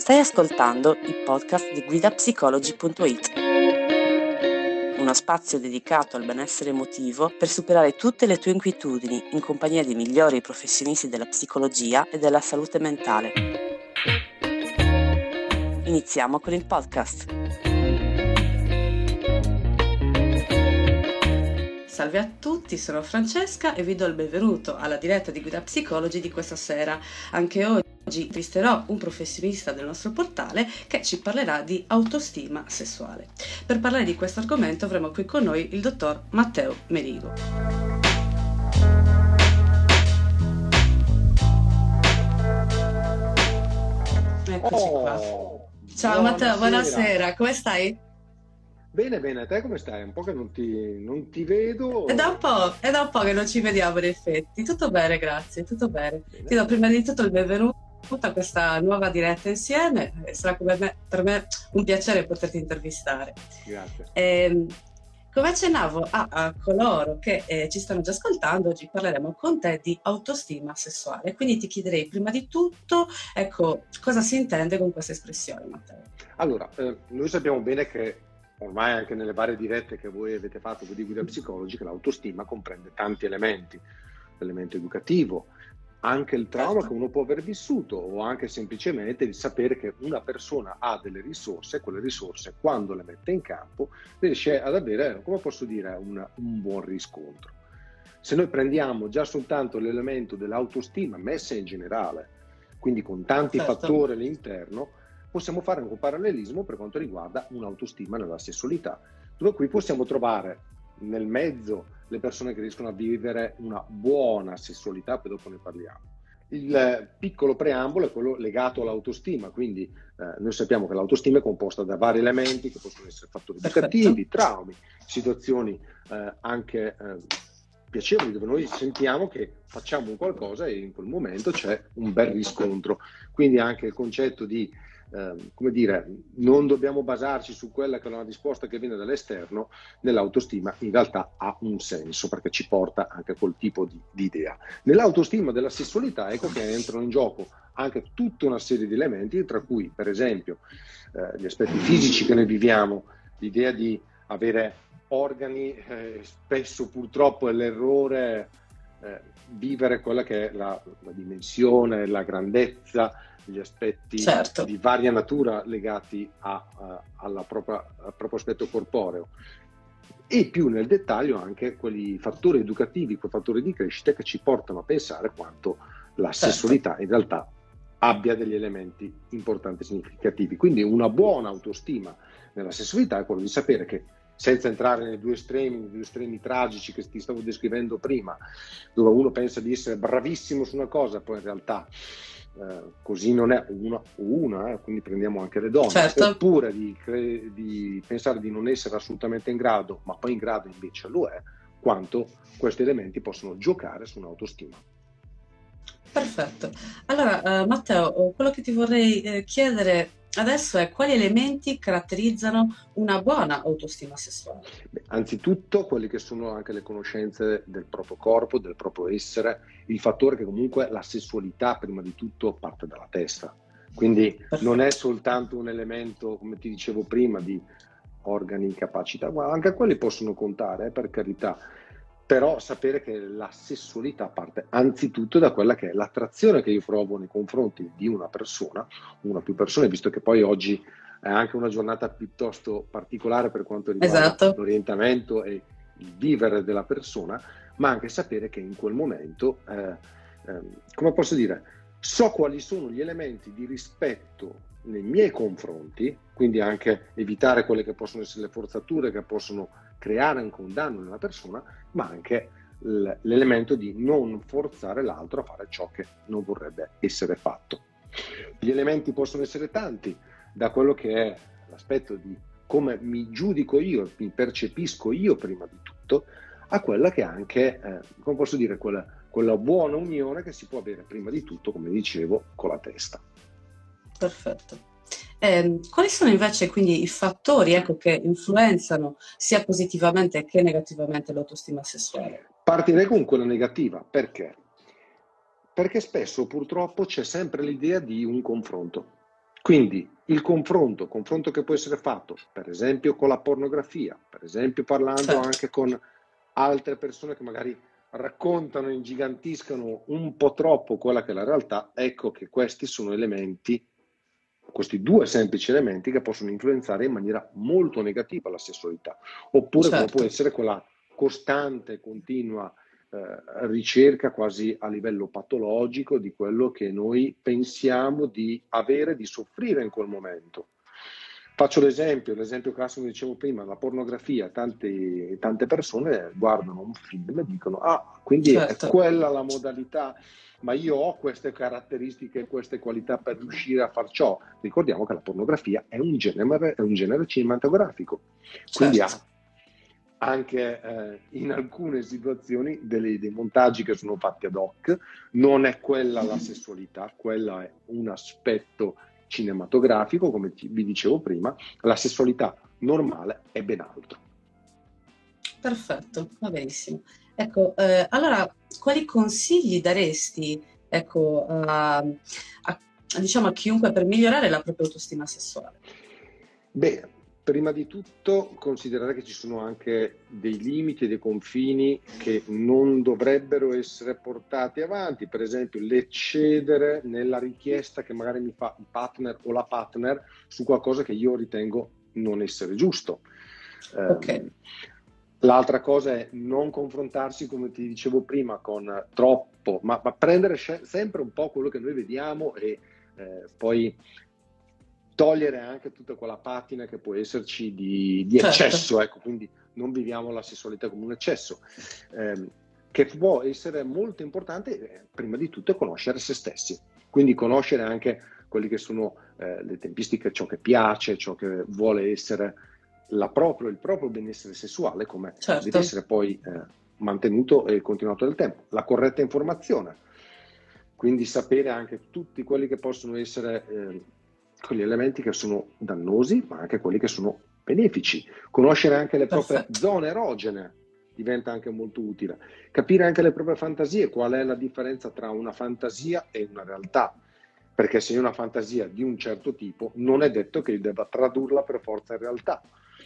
Stai ascoltando i podcast di guidapsicologi.it, uno spazio dedicato al benessere emotivo per superare tutte le tue inquietudini in compagnia dei migliori professionisti della psicologia e della salute mentale. Iniziamo con il podcast. Salve a tutti, sono Francesca e vi do il benvenuto alla diretta di Guida Psicologi di questa sera. Anche oggi intervisterò un professionista del nostro portale che ci parlerà di autostima sessuale. Per parlare di questo argomento avremo qui con noi il dottor Matteo Merigo. Eccoci qua. Ciao Matteo, buonasera, come stai? Bene, te come stai? Un po' che non ti vedo. È da un po' che non ci vediamo in effetti. Tutto bene, grazie, tutto bene. Ti do prima di tutto il benvenuto a questa nuova diretta insieme. Sarà per me un piacere poterti intervistare. Grazie. Come accennavo a coloro che ci stanno già ascoltando, oggi parleremo con te di autostima sessuale. Quindi ti chiederei prima di tutto, ecco, cosa si intende con questa espressione, Matteo? Allora, noi sappiamo bene che ormai anche nelle varie dirette che voi avete fatto di Guida Psicologi, che l'autostima comprende tanti elementi, l'elemento educativo, anche il trauma che uno può aver vissuto o anche semplicemente il sapere che una persona ha delle risorse, quelle risorse quando le mette in campo riesce ad avere, come posso dire, un buon riscontro. Se noi prendiamo già soltanto l'elemento dell'autostima messa in generale, quindi con tanti fattori all'interno, possiamo fare un parallelismo per quanto riguarda un'autostima nella sessualità, dove qui possiamo trovare nel mezzo le persone che riescono a vivere una buona sessualità, poi dopo ne parliamo. Il piccolo preambolo è quello legato all'autostima, quindi noi sappiamo che l'autostima è composta da vari elementi che possono essere fattori educativi, traumi, situazioni anche piacevoli, dove noi sentiamo che facciamo un qualcosa e in quel momento c'è un bel riscontro. Quindi anche il concetto di come dire, non dobbiamo basarci su quella che è una risposta che viene dall'esterno, nell'autostima in realtà ha un senso perché ci porta anche a quel tipo di idea. Nell'autostima della sessualità ecco che entrano in gioco anche tutta una serie di elementi, tra cui per esempio gli aspetti fisici che noi viviamo, l'idea di avere organi, spesso purtroppo è l'errore vivere quella che è la dimensione, la grandezza, gli aspetti di varia natura legati al proprio aspetto corporeo e più nel dettaglio anche quei fattori educativi, quei fattori di crescita che ci portano a pensare quanto la sessualità in realtà abbia degli elementi importanti e significativi. Quindi una buona autostima nella sessualità è quello di sapere che, senza entrare nei due estremi tragici che ti stavo descrivendo prima, dove uno pensa di essere bravissimo su una cosa, poi in realtà così non è, quindi prendiamo anche le donne, oppure di pensare di non essere assolutamente in grado, ma poi in grado invece lo è, quanto questi elementi possono giocare su un'autostima. Perfetto. Allora, Matteo, quello che ti vorrei chiedere adesso è quali elementi caratterizzano una buona autostima sessuale? Anzitutto quelli che sono anche le conoscenze del proprio corpo, del proprio essere, il fattore che comunque la sessualità prima di tutto parte dalla testa, quindi non è soltanto un elemento, come ti dicevo prima, di organi, capacità, ma anche quelli possono contare, per carità, però sapere che la sessualità parte anzitutto da quella che è l'attrazione che io provo nei confronti di una persona, una o più persone, visto che poi oggi è anche una giornata piuttosto particolare per quanto riguarda l'orientamento e il vivere della persona, ma anche sapere che in quel momento, come posso dire, so quali sono gli elementi di rispetto nei miei confronti, quindi anche evitare quelle che possono essere le forzature che possono creare anche un danno nella persona, ma anche l'elemento di non forzare l'altro a fare ciò che non vorrebbe essere fatto. Gli elementi possono essere tanti, da quello che è l'aspetto di come mi giudico io, mi percepisco io prima di tutto, a quella che è anche, come posso dire, quella buona unione che si può avere prima di tutto, come dicevo, con la testa. Perfetto. Quali sono invece quindi i fattori, ecco, che influenzano sia positivamente che negativamente l'autostima sessuale? Partirei con quella negativa. Perché? Perché spesso purtroppo c'è sempre l'idea di un confronto. Quindi il confronto che può essere fatto, per esempio con la pornografia, per esempio parlando certo, anche con altre persone che magari raccontano e ingigantiscono un po' troppo quella che è la realtà, ecco che questi sono elementi, questi due semplici elementi che possono influenzare in maniera molto negativa la sessualità, oppure come può certo. essere quella costante, continua ricerca quasi a livello patologico di quello che noi pensiamo di avere, di soffrire in quel momento. Faccio l'esempio classico che dicevo prima, la pornografia, tante persone guardano un film e dicono, ah, quindi è Certo, quella la modalità, ma io ho queste caratteristiche, queste qualità per riuscire a far ciò. Ricordiamo che la pornografia è è un genere cinematografico, quindi ha certo, anche in alcune situazioni dei montaggi che sono fatti ad hoc, non è quella la sessualità, quella è un aspetto cinematografico, come vi dicevo prima, la sessualità normale è ben altro. perfetto, va benissimo. Ecco, allora, quali consigli daresti, ecco, diciamo a chiunque per migliorare la propria autostima sessuale? Beh, prima di tutto considerare che ci sono anche dei limiti e dei confini che non dovrebbero essere portati avanti, per esempio l'eccedere nella richiesta che magari mi fa il partner o la partner su qualcosa che io ritengo non essere giusto. Ok, L'altra cosa è non confrontarsi, come ti dicevo prima, con troppo, ma prendere sempre un po' quello che noi vediamo e poi togliere anche tutta quella patina che può esserci di certo, eccesso, ecco, quindi non viviamo la sessualità come un eccesso, che può essere molto importante, prima di tutto, è conoscere se stessi, quindi conoscere anche quelli che sono le tempistiche, ciò che piace, ciò che vuole essere il proprio benessere sessuale, come deve certo, essere poi mantenuto e continuato nel tempo. La corretta informazione, quindi sapere anche tutti quelli che possono essere quegli elementi che sono dannosi, ma anche quelli che sono benefici. Conoscere anche le proprie perfetto, zone erogene diventa anche molto utile. Capire anche le proprie fantasie, qual è la differenza tra una fantasia e una realtà. Perché se io ho una fantasia di un certo tipo, non è detto che io debba tradurla per forza in realtà.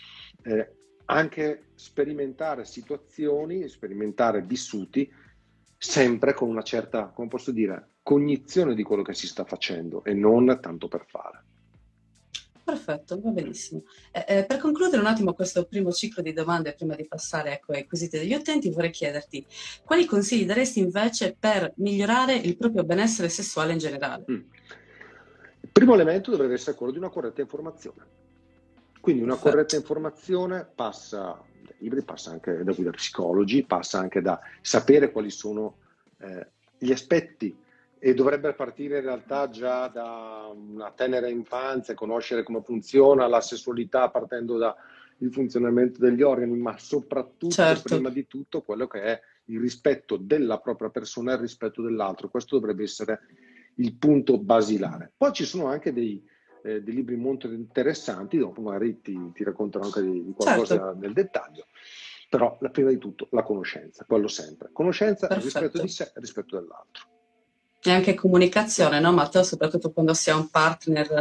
Anche sperimentare situazioni, sperimentare vissuti, sempre con una certa, come posso dire, cognizione di quello che si sta facendo e non tanto per fare. perfetto, va benissimo. Per concludere un attimo questo primo ciclo di domande, prima di passare, ecco, ai quesiti degli utenti, vorrei chiederti quali consigli daresti invece per migliorare il proprio benessere sessuale in generale? Il primo elemento dovrebbe essere quello di una corretta informazione. Quindi una corretta Perfetto, informazione passa dai libri, passa anche da guida psicologi, passa anche da sapere quali sono gli aspetti e dovrebbe partire in realtà già da una tenera infanzia, conoscere come funziona la sessualità partendo dal funzionamento degli organi, ma soprattutto, certo, prima di tutto, quello che è il rispetto della propria persona e il rispetto dell'altro. Questo dovrebbe essere il punto basilare. Poi ci sono anche dei libri molto interessanti, dopo magari ti racconterò anche di certo, qualcosa nel dettaglio, però prima di tutto la conoscenza, quello sempre. Conoscenza, rispetto di perfetto. sé, rispetto dell'altro. E anche comunicazione, no, Matteo? Soprattutto quando si ha un partner.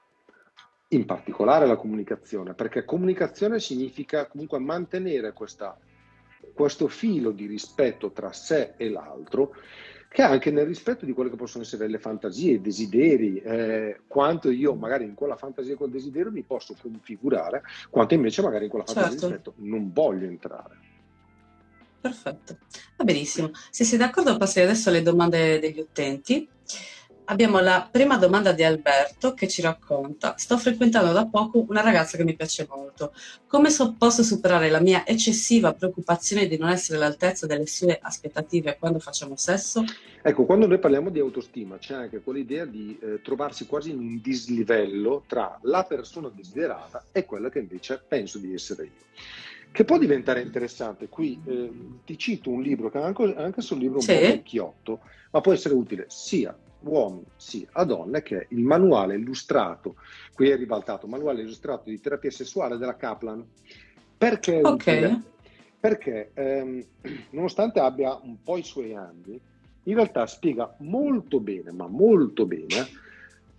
In particolare la comunicazione, perché comunicazione significa comunque mantenere questo filo di rispetto tra sé e l'altro, che è anche nel rispetto di quelle che possono essere le fantasie, i desideri, quanto io magari in quella fantasia e quel desiderio mi posso configurare, quanto invece magari in quella fantasia di Certo, rispetto non voglio entrare. perfetto. Va benissimo. Se sei d'accordo, passerei adesso alle domande degli utenti. Abbiamo la prima domanda di Alberto che ci racconta: sto frequentando da poco una ragazza che mi piace molto. Come posso superare la mia eccessiva preoccupazione di non essere all'altezza delle sue aspettative quando facciamo sesso? Ecco, quando noi parliamo di autostima c'è anche quell'idea di trovarsi quasi in un dislivello tra la persona desiderata e quella che invece penso di essere io. Che può diventare interessante. Qui ti cito un libro, che è anche se un libro un po' Sì? vecchiotto, ma può essere utile sia uomini sia a donne, che è il manuale illustrato, qui è ribaltato, manuale illustrato di terapia sessuale della Kaplan. Perché è Ok, utile? Perché nonostante abbia un po' i suoi anni, in realtà spiega molto bene, ma molto bene,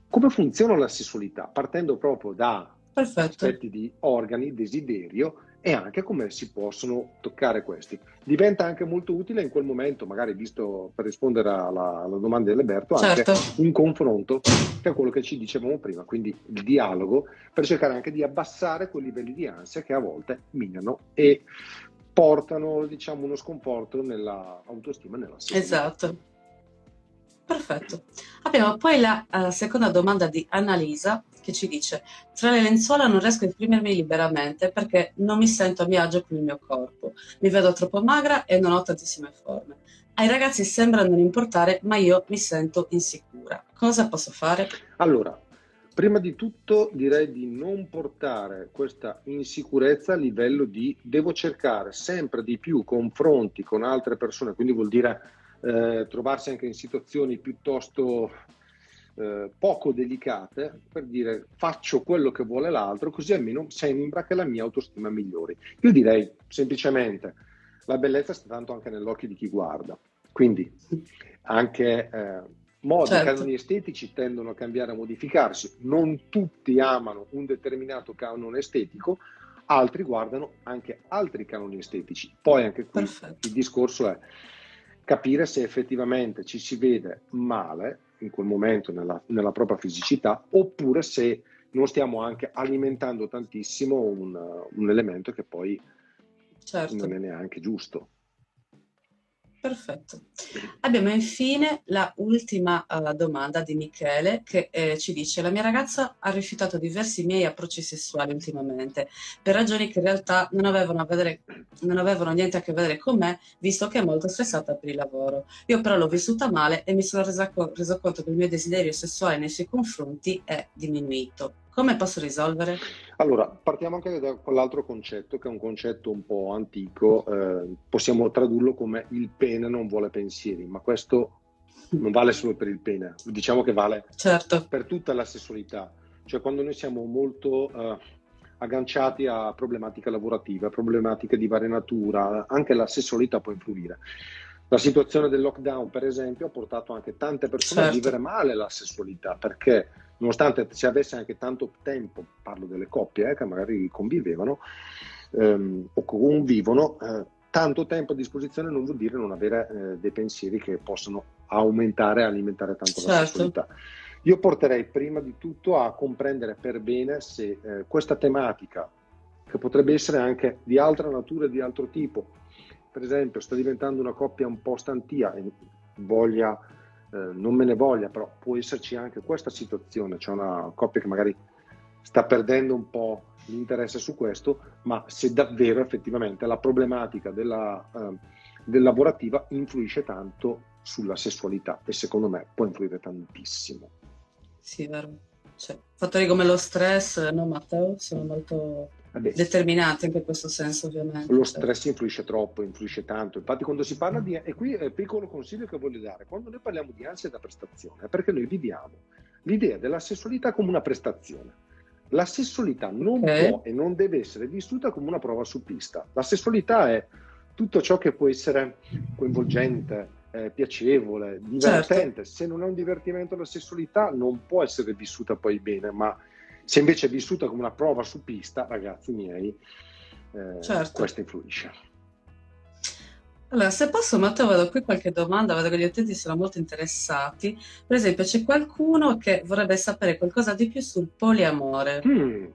come funziona la sessualità, partendo proprio da Perfetto. aspetti di organi, desiderio e anche come si possono toccare questi. Diventa anche molto utile in quel momento, magari visto per rispondere alla domanda di Alberto, anche Certo. un confronto, che è quello che ci dicevamo prima, quindi il dialogo, per cercare anche di abbassare quei livelli di ansia che a volte minano e portano, diciamo, uno sconforto nella autostima e nella sessualità. Esatto. Perfetto. Abbiamo poi la seconda domanda di Annalisa che ci dice: tra le lenzuola non riesco a esprimermi liberamente perché non mi sento a mio agio con il mio corpo. Mi vedo troppo magra e non ho tantissime forme. Ai ragazzi sembra non importare, ma io mi sento insicura. Cosa posso fare? Allora, prima di tutto direi di non portare questa insicurezza a livello di devo cercare sempre di più confronti con altre persone, quindi vuol dire trovarsi anche in situazioni piuttosto poco delicate per dire faccio quello che vuole l'altro, così almeno sembra che la mia autostima migliori. Io direi semplicemente la bellezza sta tanto anche nell'occhio di chi guarda, quindi anche modi, Certo, canoni estetici tendono a cambiare, a modificarsi. Non tutti amano un determinato canone estetico, altri guardano anche altri canoni estetici. Poi anche qui perfetto. il discorso è capire se effettivamente ci si vede male in quel momento nella propria fisicità, oppure se non stiamo anche alimentando tantissimo un elemento che poi non è Certo. neanche giusto. Perfetto. Abbiamo infine la ultima domanda di Michele che ci dice: la mia ragazza ha rifiutato diversi miei approcci sessuali ultimamente per ragioni che in realtà non avevano niente a che vedere con me, visto che è molto stressata per il lavoro. Io però l'ho vissuta male e mi sono reso conto che il mio desiderio sessuale nei suoi confronti è diminuito. Come posso risolvere? Allora, partiamo anche da quell'altro concetto, che è un concetto un po' antico, possiamo tradurlo come il pene non vuole pensieri, ma questo non vale solo per il pene, diciamo che vale Certo, per tutta la sessualità, cioè quando noi siamo molto agganciati a problematiche lavorative, a problematiche di varia natura, anche la sessualità può influire. La situazione del lockdown, per esempio, ha portato anche tante persone a vivere certo, male la sessualità, perché nonostante si avesse anche tanto tempo, parlo delle coppie che magari convivevano o convivono, tanto tempo a disposizione non vuol dire non avere dei pensieri che possono aumentare e alimentare tanto la certo, sessualità. Io porterei prima di tutto a comprendere per bene se questa tematica, che potrebbe essere anche di altra natura e di altro tipo, per esempio sta diventando una coppia un po' stantia e voglia, non me ne voglia, però può esserci anche questa situazione, c'è una coppia che magari sta perdendo un po' l'interesse su questo, ma se davvero effettivamente la problematica del lavorativa influisce tanto sulla sessualità e secondo me può influire tantissimo. sì, vero. Cioè, fattori come lo stress, no, Matteo, sono molto Vabbè, determinanti anche in questo senso, lo ovviamente, certo. stress influisce troppo, influisce tanto. Infatti, quando si parla di, e qui è il piccolo consiglio che voglio dare, quando noi parliamo di ansia da prestazione, è perché noi viviamo l'idea della sessualità come una prestazione. La sessualità non Ok, può e non deve essere vissuta come una prova su pista. La sessualità è tutto ciò che può essere coinvolgente, piacevole, certo, divertente. Se non è un divertimento la sessualità non può essere vissuta poi bene, ma se invece è vissuta come una prova su pista, ragazzi miei, certo. questo influisce. Allora, se posso, Matteo, vedo qui qualche domanda, vedo che gli utenti sono molto interessati. Per esempio, c'è qualcuno che vorrebbe sapere qualcosa di più sul poliamore. Hmm.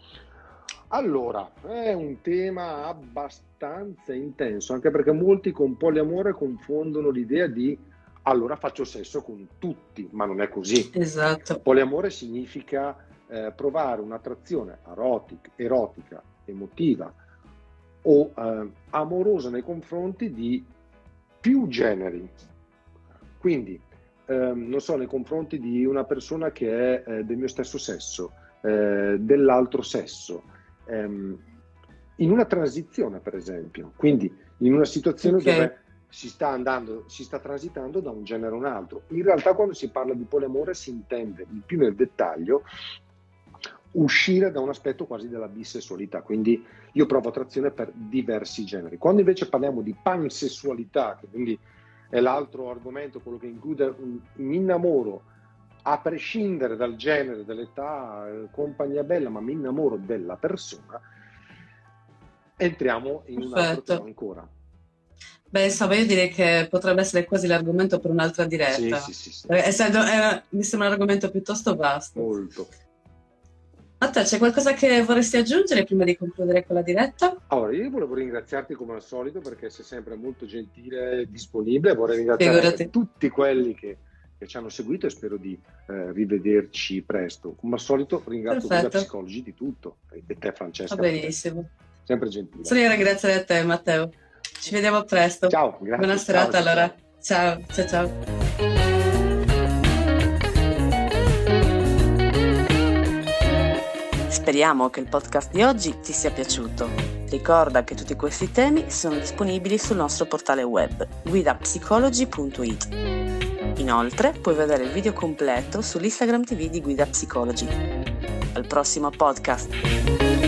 Allora, è un tema abbastanza intenso, anche perché molti con poliamore confondono l'idea di allora faccio sesso con tutti, ma non è così. Esatto, Poliamore significa provare un'attrazione erotica, emotiva o amorosa nei confronti di più generi. Quindi, non so, nei confronti di una persona che è del mio stesso sesso, dell'altro sesso, ehm, in una transizione, per esempio, quindi in una situazione ok, dove si sta transitando da un genere a un altro. In realtà, quando si parla di poliamore, si intende di più nel dettaglio uscire da un aspetto quasi della bisessualità, quindi io provo attrazione per diversi generi. Quando invece parliamo di pansessualità, che quindi è l'altro argomento, quello che include mi innamoro a prescindere dal genere, dall'età, compagnia bella, ma mi innamoro della persona, entriamo in un altro tema ancora. Beh, insomma, io direi che potrebbe essere quasi l'argomento per un'altra diretta. Sì. Essendo, mi sembra un argomento piuttosto vasto. Molto. A te c'è qualcosa che vorresti aggiungere prima di concludere con la diretta? Allora, io volevo ringraziarti come al solito perché sei sempre molto gentile e disponibile. Vorrei ringraziare tutti quelli che ci hanno seguito e spero di rivederci presto. Come al solito ringrazio Guida Psicologi di tutto e te, Francesca. Va benissimo. Sempre gentile. Solo io ringraziare a te, Matteo. Ci vediamo presto. Ciao, grazie. Buona serata allora. Ciao. Speriamo che il podcast di oggi ti sia piaciuto. Ricorda che tutti questi temi sono disponibili sul nostro portale web guidapsicology.it. Inoltre puoi vedere il video completo sull'Instagram TV di Guida Psicology. Al prossimo podcast!